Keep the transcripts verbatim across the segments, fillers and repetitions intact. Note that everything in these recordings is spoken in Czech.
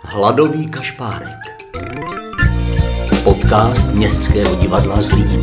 Hladový kašpárek. Podcast Městského divadla Zlín.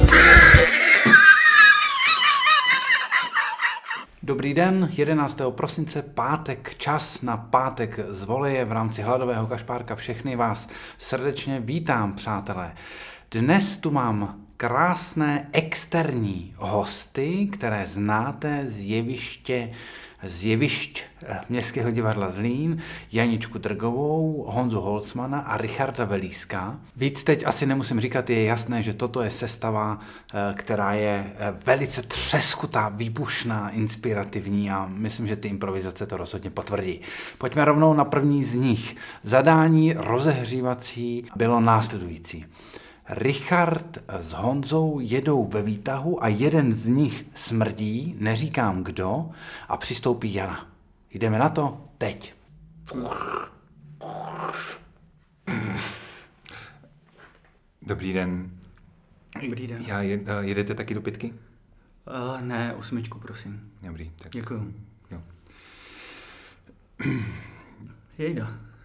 Dobrý den, jedenáctého prosince, pátek, čas na pátek z voleje v rámci Hladového kašpárka. Všechny vás srdečně vítám, přátelé. Dnes tu mám krásné externí hosty, které znáte z jeviště, z jevišť Městského divadla Zlín, Janičku Drgovou, Honzu Holcmana a Richarda Velíska. Víc teď asi nemusím říkat, je jasné, že toto je sestava, která je velice třeskutá, výbušná, inspirativní a myslím, že ty improvizace to rozhodně potvrdí. Pojďme rovnou na první z nich. Zadání rozehřívací bylo následující. Richard s Honzou jedou ve výtahu a jeden z nich smrdí, neříkám kdo, a přistoupí Jana. Jdeme na to teď. Dobrý den. Dobrý den. Já je, jedete taky do pětky? Uh, ne, osmičku, prosím. Dobrý, tak. Děkuju. Jo. Jejda.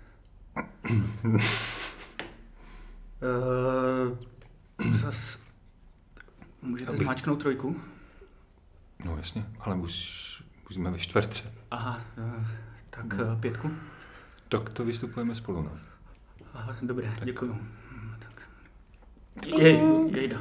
Uh, zas můžete Abych... zmáčknout trojku? No jasně, ale už, už jsme ve čtvrtce. Aha, uh, tak uh, pětku? Tak to vystupujeme spolu, no. Aha, dobré, tak. Děkuju. Tak. Jej, jejda.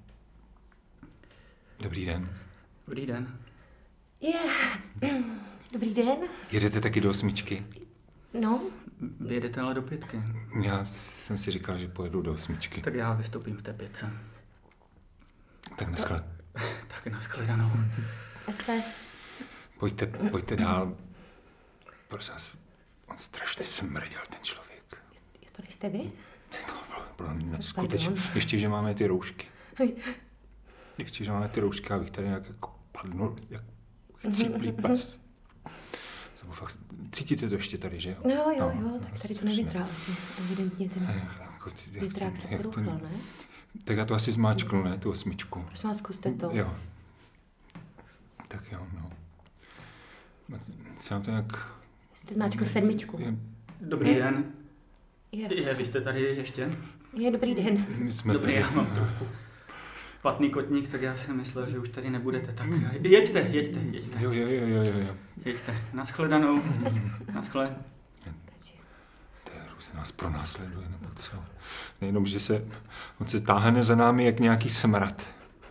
Dobrý den. Dobrý den. Yeah. Dobrý den. Jedete taky do osmičky? No. Vy jedete ale do pětky. Já jsem si říkal, že pojedu do osmičky. Tak já vystoupím v té pětce. Tak naschle. Tak nashledanou. Naschle. Pojďte, pojďte dál. Prosím vás, on strašně smrděl, ten člověk. Je to nejste vy? Ne, to bylo, bylo neskutečné. Ještě, že máme ty roušky. Ještě, že máme ty roušky, abych tady nějak jako padnul, jak chcíplý pes. Fakt, cítíte to ještě tady, že jo? No jo, no, jo, tak tady to nevytrá asi. Evidentně ten větrák se porouchal, ne? Tak já to asi zmáčknu, ne, tu osmičku. Prosím vás, zkuste to. Jo. Tak jo, no. Co to jak... Jste zmáčkl sedmičku. Je... Dobrý den. Je. Je, vy jste tady ještě? Je, dobrý den. My jsme Dobrý, tady... já mám trošku špatný kotník, tak já jsem myslel, že už tady nebudete, tak jeďte, jeďte, jeďte. Jo, jo, jo, jo, jo. Jeďte, nashledanou. Naschle. To je hrůzně, nás pronásleduje, nebo co? Nejenom, že se, on se táhne za námi jak nějaký smrad.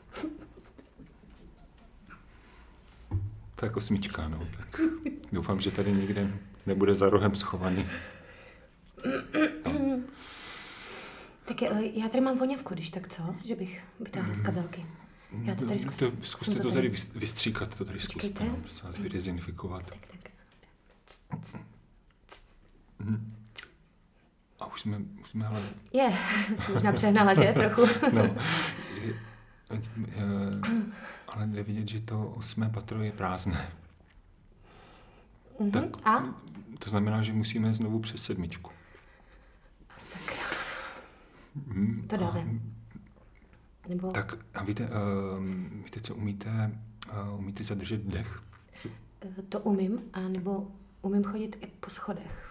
To je jako smyčka, no, tak doufám, že tady někde nebude za rohem schovaný. No. Tak já tady mám voňavku, když tak co? Že bych vytáhla z kabelky. Já to tady zkusím. To, zkuste to tady vystříkat, to tady zkuste, no, prosím vás, vydezinfikovat. Tak, tak. Mhm. A už jsme, už jsme ale... Je, jsem možná přehnala, že? Trochu. No. Je, je, ale jde vidět, že to osmé patro je prázdné. Mm-hmm. Tak, a? To znamená, že musíme znovu přes sedmičku. A sakra. Hmm, To dáme. A, Nebo... tak a víte, uh, víte, co umíte? Uh, umíte zadržet dech? To umím, a nebo umím chodit i po schodech.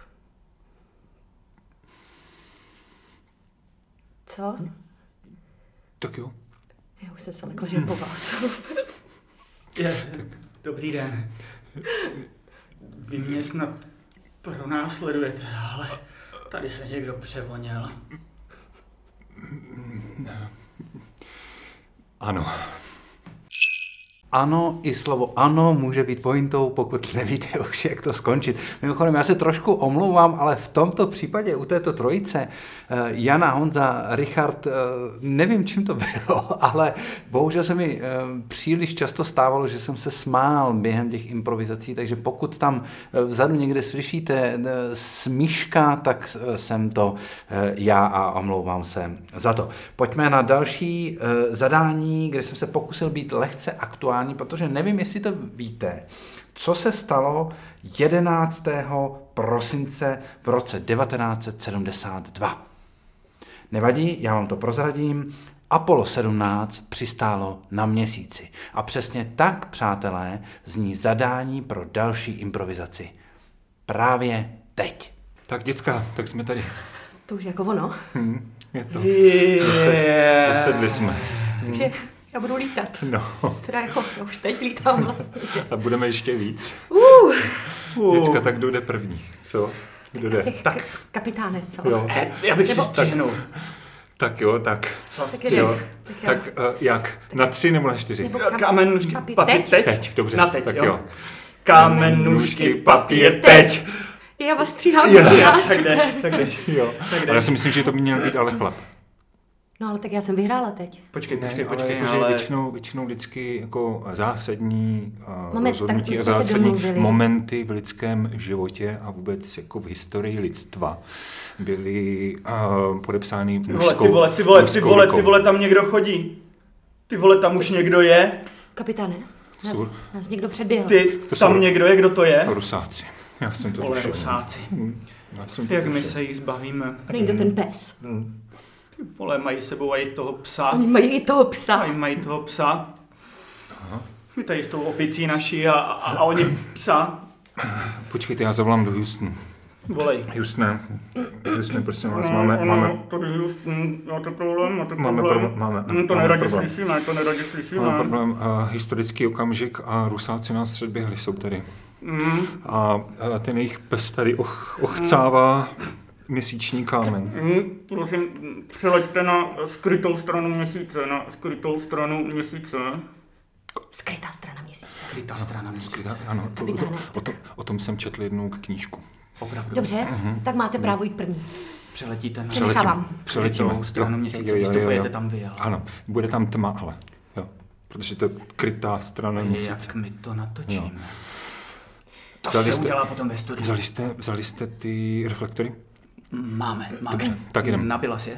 Co? Tak jo. Já už jsem se lekla, že po vás. Je, dobrý den. Vy mě snad pronásledujete, ale tady se někdo převoněl. Ano. Ano, i slovo ano může být pointou, pokud nevíte už, jak to skončit. Mimochodem, já se trošku omlouvám, ale v tomto případě u této trojice Jana, Honza, Richard, nevím, čím to bylo, ale bohužel se mi příliš často stávalo, že jsem se smál během těch improvizací, takže pokud tam vzadu někde slyšíte smíška, tak jsem to já a omlouvám se za to. Pojďme na další zadání, kde jsem se pokusil být lehce aktuální, protože nevím, jestli to víte, co se stalo jedenáctého prosince v roce devatenáct set sedmdesát dva. Nevadí, já vám to prozradím. Apollo sedmnáct přistálo na Měsíci. A přesně tak, přátelé, zní zadání pro další improvizaci. Právě teď. Tak děcka, tak jsme tady. To už jako ono. Hmm, je to. Yeah. Dosedli jsme. Takže já budu lítat. No. Teda jako, já už teď lítám vlastně. A budeme ještě víc. Uh. Děcka, tak kdo jde první? Co? Kdo Tak jde? asi tak. Kapitáne, co? Jo. Eh, já bych Nebo- si střihnul. Tak jo, tak. Co Tak střih? Jo. Tak já- Tak uh, jak? Na tři nebo na čtyři? Nebo kam- Kámen, nůžky, papír, papír, teď? teď? Teď, dobře. Na teď, tak jo. jo. Kámen, nůžky, papír, teď. Já vás stříhám, Jo. yes. já, Tak super. jdeš, tak jdeš. Jo. Tak Ale já jdeš. si myslím, že to by měl být ale chlap. No ale tak já jsem vyhrála teď. Počkej, Ne, počkej, ale počkej, jakože ale... většinou, většinou vždycky jako zásadní uh, Moment, tak rozhodnutí už a jste se zásadní domluvili. momenty v lidském životě a vůbec jako v historii lidstva byly uh, podepsány Ty vole, mužskou, ty vole, ty vole, ty mužskou vole, rukou. ty vole, tam někdo chodí. Ty vole, tam už někdo je. Kapitáne, nás, Jsou- nás někdo předběhl. Ty, To tam jsou- někdo je, kdo to je? Rusáci. Já jsem to Vole, tušil. rusáci. Hm, Já jsem to Jak my tušil. se jich zbavíme? Není to ten pes. Hm. Ty vole, mají sebou i toho psa. Oni mají i toho psa. Mají, mají toho psa. My tady s tou opicí naší a, a, a oni psa. Počkejte, já zavolám do Houstonu. Volej. Houstone, Houstone, prosím vás, máme, máme, Tady Houston, máte problém, máte Máme problém. problém, máme- Hm, to máme neradi problém. slyšíme, to neradi slyšíme. máme problém, uh, historický okamžik a Rusáci nás předběhli, jsou tady. Hm, A, a ten jejich pes tady och, ochcává měsíční kámen. hm, prosím, přeleďte na skrytou stranu měsíce, na skrytou stranu měsíce. Skrytá strana měsíce. Skrytá strana měsíce. Ano, to, to, Kapitáne. o, to, o tom jsem četl jednou knížku. Opravdu. Dobře, tak máte právo jít první. Přeletíte na Přenechávám. Přeletíme. skrytou stranu Jo, měsíce, jo, jo, jo, jo. vystupujete tam vy, ale... Ano, bude tam tma, ale jo, protože to je krytá strana měsíce. Jak my to natočíme? To Vzali se jste- udělá potom ve studiu. Vzali jste, vzali jste ty reflektory? Máme, máme. Dobře, tak jdem. Napila si je?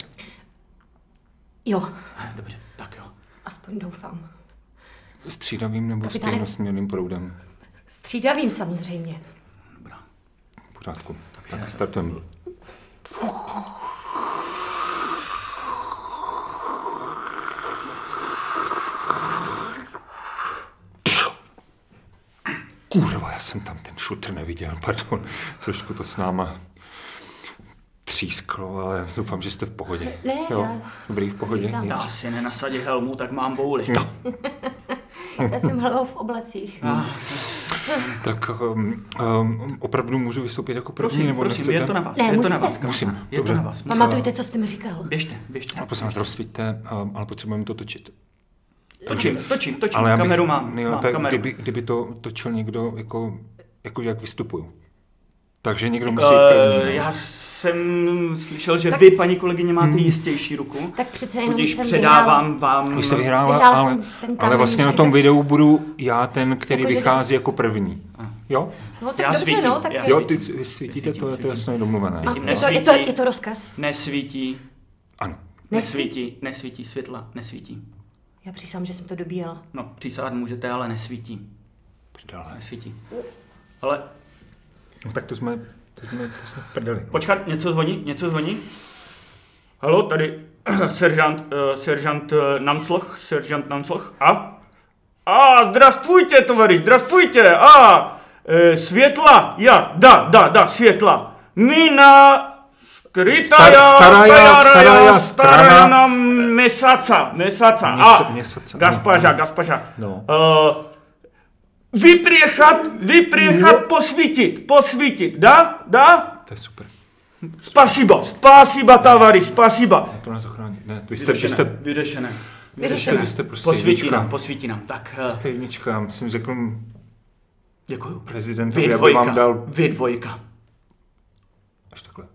Jo, Dobře, tak jo. aspoň doufám. Střídavým nebo Kapitáne. stejnosměrným proudem? Střídavým samozřejmě. Dobrá. V pořádku. Tak startujeme. Kurva, já jsem tam ten šutr neviděl, pardon. Trošku to s náma třísklo, ale doufám, že jste v pohodě. Ne, jo? já- Dobrý, v pohodě, Vítám. nic. Já si nenasadí helmu, tak mám bouli. No, Já jsem hlavou v oblecích. Ah, tak um, um, opravdu můžu vystoupit jako první, prosím, nebo prosím, nechcete? je to na vás. Ne, je to musíte. na vás, Musím, kapitáne. Je dobře. to na vás. Musím. Pamatujte, co jste mi říkal. Běžte, běžte. A prosím vás, rozsvíťte, um, ale potřebujeme to točit. Točím, točím, točím. Ale já bych Kameru mám. nejlépe, mám kameru. kdyby, kdyby to točil někdo, jako, jako jak vystupuju. Takže někdo musí jít Uh, první. no. já jsem slyšel, že Tak- vy, paní kolegyně, máte Hmm. jistější ruku. Tak přece jenom Tudíž jsem předávám vám... Vy jste vyhrála, Vyhrála ale, jsem ten ale kámen vlastně na nůžky, tom tak- videu budu já ten, který Jakože- vychází jako první. Jo? No tak Já dobře, svítím, no, tak já Jo, svítím. ty vy svítíte, Svítím, to je to svítím. jasně domluvené. A, Svítím, je, to, je, to, nesvítí. je to rozkaz? Nesvítí, Ano. nesvítí, nesvítí světla, nesvítí. Já přísám, že jsem to dobíjela. No, přísahat můžete, ale nesvítí. Prdele. Nesvítí. Ale No tak to jsme, to jsme, to jsme prdeli. počkat, něco zvoní, něco zvoní. Halo, tady seržant, uh, seržant uh, Namcloch, seržant Namcloch. A? A, здравствуйте, товарищ, здравствуйте. A, e, světla, ja, da, da, da, světla. Mina skrytaja, Staraja, staraja, starana strana. mesaca, mesaca. Měs- A, měsaca, gaspaža, ano. gaspaža. No. Uh, vypriechat, vypriechat, posvítit, posvítit, da, da? To je super. Spasiba, spasiba, tavariš, spasiba. To nás ochrání. Ne, vy jste, vy jste, vyřešené. vy jste, vy jste prostě Posvítí jednička. nám, posvítí nám. Tak, uh, Jste jednička, já jsem řekl děkuju. prezidentovi, Vy aby vám dvojka, dal vy dvojka. až takhle.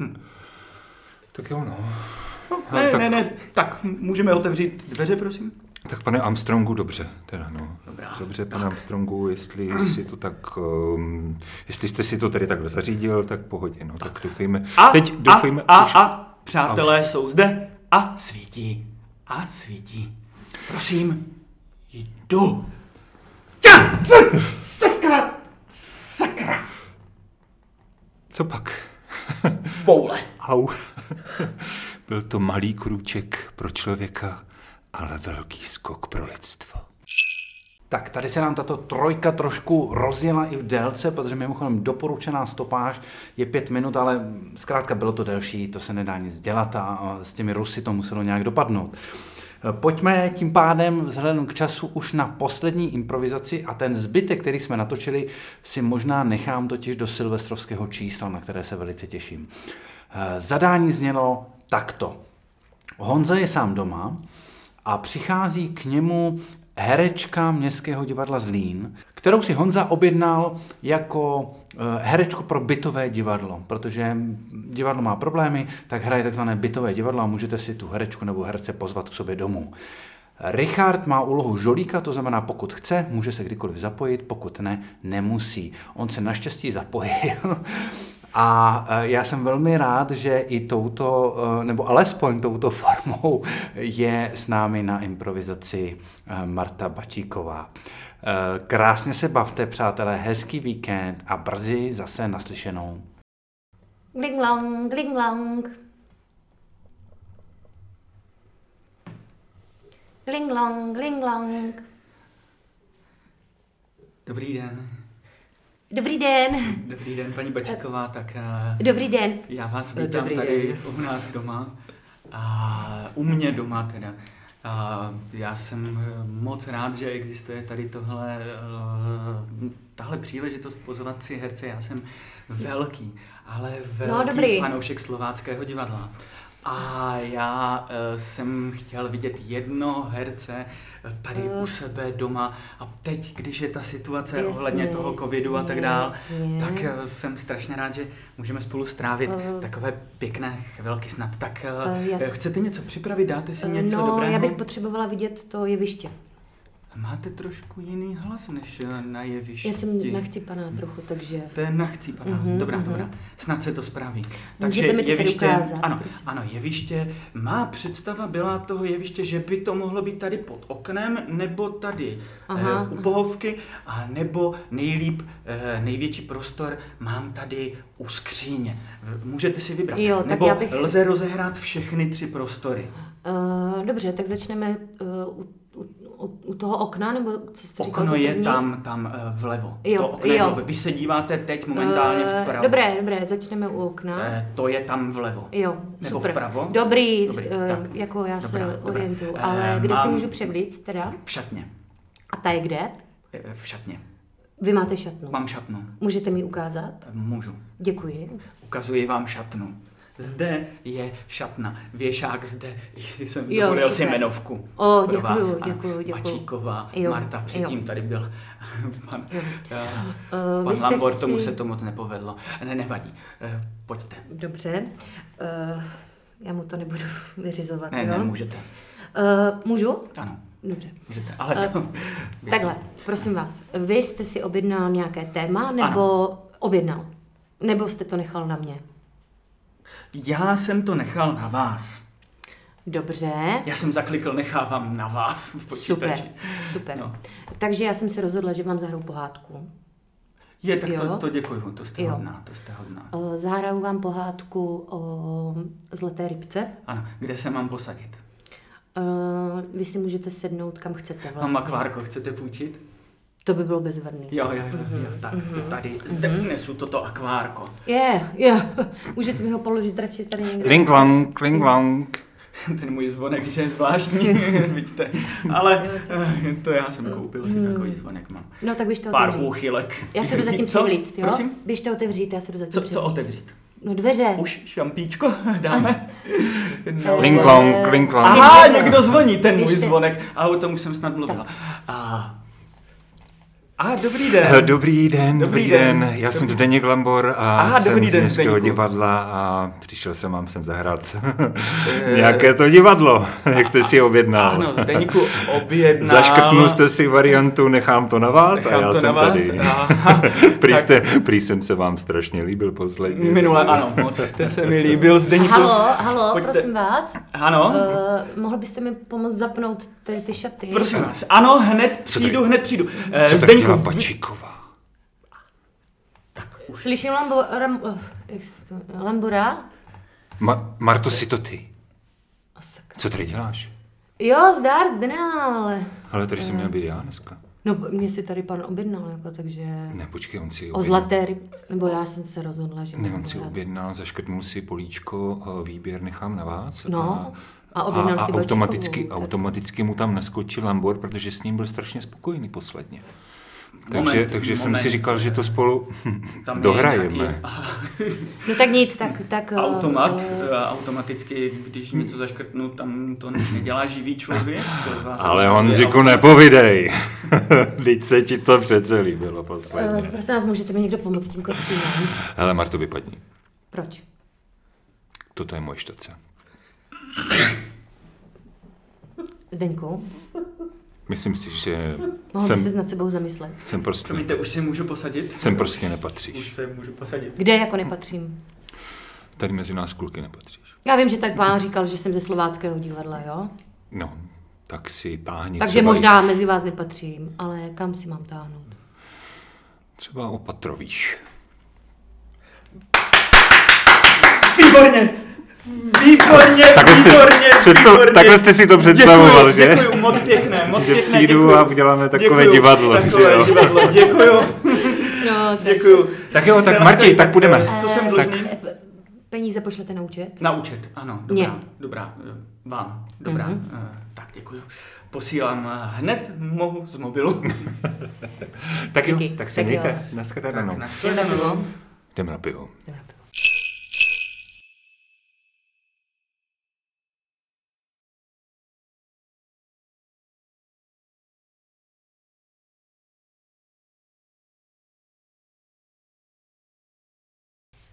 Tak jo, no. Ne, tak- ne, ne, tak můžeme otevřít dveře, prosím? Tak pane Armstrongu, dobře, teda no. Dobrá, Dobře, pane Armstrongu, jestli si to tak, um, jestli jste si to tady takhle zařídil, tak pohodě, no, tak doufejme. A, Teď doufejme, a, už- a, a, přátelé jsou zde a svítí, a svítí. Prosím, jdu. Ca, c, sakra, sakra. Co pak? Boule. Au. Byl to malý krůček pro člověka, ale velký skok pro lidstvo. Tak tady se nám tato trojka trošku rozjela i v délce, protože mimochodem doporučená stopáž je pět minut, ale zkrátka bylo to delší, to se nedá nic dělat a s těmi Rusy to muselo nějak dopadnout. Pojďme tím pádem vzhledem k času už na poslední improvizaci a ten zbytek, který jsme natočili, si možná nechám totiž do silvestrovského čísla, na které se velice těším. Zadání znělo takto. Honza je sám doma a přichází k němu herečka Městského divadla Zlín, kterou si Honza objednal jako herečku pro bytové divadlo, protože divadlo má problémy, tak hraje takzvané bytové divadlo a můžete si tu herečku nebo herce pozvat k sobě domů. Richard má úlohu žolíka, to znamená, pokud chce, může se kdykoliv zapojit, pokud ne, nemusí. On se naštěstí zapojil. A já jsem velmi rád, že i touto, nebo alespoň touto formou je s námi na improvizaci Marta Bačíková. Krásně se bavte, přátelé, hezký víkend a brzy zase naslyšenou. Gling long, gling long. Gling long, gling long. Dobrý den. Dobrý den. Dobrý den, paní Bačíková, tak... Dobrý den. Já vás vítám Dobrý tady den. u nás doma. A u mě doma teda. A já jsem moc rád, že existuje tady tohle, tahle příležitost pozvat si herce. Já jsem velký, ale velký No, dobrý. fanoušek Slováckého divadla. A já uh, jsem chtěl vidět jedno herce tady uh, u sebe doma a teď, když je ta situace jasně, ohledně toho covidu a tak dál, jasně. tak uh, jsem strašně rád, že můžeme spolu strávit uh, takové pěkné chvilky snad. Tak uh, uh, chcete něco připravit, dáte si něco no, dobrého? já bych potřebovala vidět to jeviště. Máte trošku jiný hlas než na jevišti. Já jsem nachcípaná trochu, takže... To je nachcípaná, mm-hmm, dobrá, mm-hmm. dobrá. Snad se to spraví. Takže můžete mi to jeviště, tady ukázat, ano, prosím. ano, jeviště, má představa byla toho jeviště, že by to mohlo být tady pod oknem, nebo tady Aha, eh, u pohovky, a nebo nejlíp, eh, největší prostor mám tady u skříně. Můžete si vybrat. Jo, tak nebo já bych... lze rozehrát všechny tři prostory. Uh, dobře, tak začneme uh, u, u, u toho okna, nebo co jste říkal? Okno je tam, tam uh, vlevo. Jo, to okno je jo. vlevo. Vy se díváte teď momentálně Uh, vpravo. Dobré, dobré, začneme u okna. Eh, to je tam vlevo. Jo, Nebo super. vpravo? Dobrý, Dobrý, uh, tak. jako já Dobrá, se dobrá. orientuju, Eh, ale kde si mám- můžu převlíct teda? V šatně. A ta je kde? Eh, V šatně. Vy máte šatnu. Mám šatnu. Můžete mi ukázat? Můžu. Děkuji. Ukazuji vám šatnu. Zde je šatna. Věšák zde. Jsem Jo, dovolil si super. jmenovku. O, pro děkuju, vás. Ano. děkuju, děkuju. Bačíková, Jo, Marta, předtím jo. tady byl pan, Jo. eh, Uh, pan vy jste Lambor, si... tomu se to moc nepovedlo. Ne, nevadí. Eh, Pojďte. Dobře. Uh, já mu to nebudu vyřizovat, Ne, jo? ne, můžete. Uh, můžu? Ano, Dobře. můžete. Ale to... Uh, takhle, prosím vás. Vy jste si objednal nějaké téma, nebo ano. objednal? Nebo jste to nechal na mě? Já jsem to nechal na vás. Dobře. Já jsem zaklikl, nechávám na vás v počítači. Super, super. No. Takže já jsem se rozhodla, že vám zahraju pohádku. Je, tak to, Jo. to děkuju, to jste Jo. hodná, to jste hodná. Uh, zahraju vám pohádku o zlaté rybce. Ano, kde se mám posadit? Uh, vy si můžete sednout, kam chcete Mám vlastně. akvárko, chcete půjčit? To by bylo bezvadný. Jo, jo, jo, jo. Tak tady, zde nesu toto akvárko. Je, je. Můžete mi ho položit radši tady někde. Ling long, ling long. Ten můj zvonek, že je zvláštní, vidíte. Ale eh, to já jsem koupil si takový zvonek, mám. No tak běžte Pár otevřít. úchylek. Já se jdu zatím Co? přivlíct, jo? Prosím? Běžte otevřít, já se jdu zatím Co, přivlíct. co otevřít? No dveře. Už šampíčko dáme? No. Ling long, ling long. Aha, Běžte. někdo zvoní, ten můj Běžte. zvonek. A o tom už jsem snad mluvila. A, a dobrý den. Eh, Dobrý den, dobrý, Dobrý den. den. Já Dobrý- jsem Zdeněk Lambor a Aha, jsem dobrý z den, Městského Zdeňku. divadla a přišel jsem vám sem zahrát nějaké to divadlo, jak jste si objednal. Ano, Zdeňku objednám. Zaškrtnul jste si variantu, nechám to na vás Nechám a já to jsem na vás. tady. Aha, prý, tak- jste, prý jsem se vám strašně líbil posledně. Minule, ano, moc jste se mi líbil, Zdeňku. Halo, halo, Pojďte. prosím vás. Ano, Uh, mohl byste mi pomoct zapnout tady ty šaty? prosím vás. Ano, hned Co přijdu, tady- hned přijdu. Eh, Co tak Zdeňku, dělá vy- Bačíková? Slyším Lambo, ram, uh, jak se to, Lambora? Ma, Marto, jsi to ty? A sakra. Co tady děláš? Jo, zdar, Zdenál. Ale tady jsem měl být já dneska. No, mě si tady pan objednal, jako, takže... Ne, počkej, on si O objednal. zlaté rybce, nebo já jsem se rozhodla, že... Ne, on si objednal, zaškrtnul si políčko, výběr nechám na vás. No, a objednal a, si a automaticky, Bačkovou, automaticky mu tam naskočil Lambor, protože s ním byl strašně spokojený posledně. Moment, takže takže moment. jsem si říkal, že to spolu Tam je dohrajeme. nějaký- No tak nic, tak... tak Automat, uh, automaticky, když něco zaškrtnu, tam to nedělá živý člověk. To vás Ale rozhoduje Honziku, automat. nepovidej. Vždyť se ti to přece líbilo uh, posledně. prosím vás, můžete mi někdo pomoct s tím kostýmem? Hele, Marto, vypadni. Proč? Toto je moje štace. Zdeňku, Myslím si, že mohl by sem, se nad sebou zamyslet. sem, prostě, Promiňte, už se můžu posadit? sem prostě Už nepatříš. se můžu posadit. Kde jako nepatřím? Tady mezi nás kluky nepatříš. Já vím, že tak pán říkal, že jsem ze slováckého divadla, jo? No, tak si táhni Takže třeba, možná mezi vás nepatřím, ale kam si mám táhnout? třeba opatrovíš. Výborně! Výborně, Takhle jste, výborně, představ, výborně. takhle jste si to představoval, děkuju, že? Děkuju, moc pěkné, moc Že pěkné, přijdu děkuju. a uděláme takové Děkuju, divadlo, takové že jo? divadlo, děkuju, No, tak... děkuju. Tak jo, tak Teda Marti, jste- tak půjdeme. Co jsem dlužný? Eh, Peníze pošlete na účet? Na účet, ano, Mně. dobrá, dobrá, eh, vám, dobrá, Mhm. eh, tak děkuju. Posílám eh, hned, mohu z mobilu. Tak jo, Díky. tak se Tak jo. mějte. Naschledanou. Tak, Jdeme na nashledanou. pivo? Jdeme na pivo. Jdeme na pivo.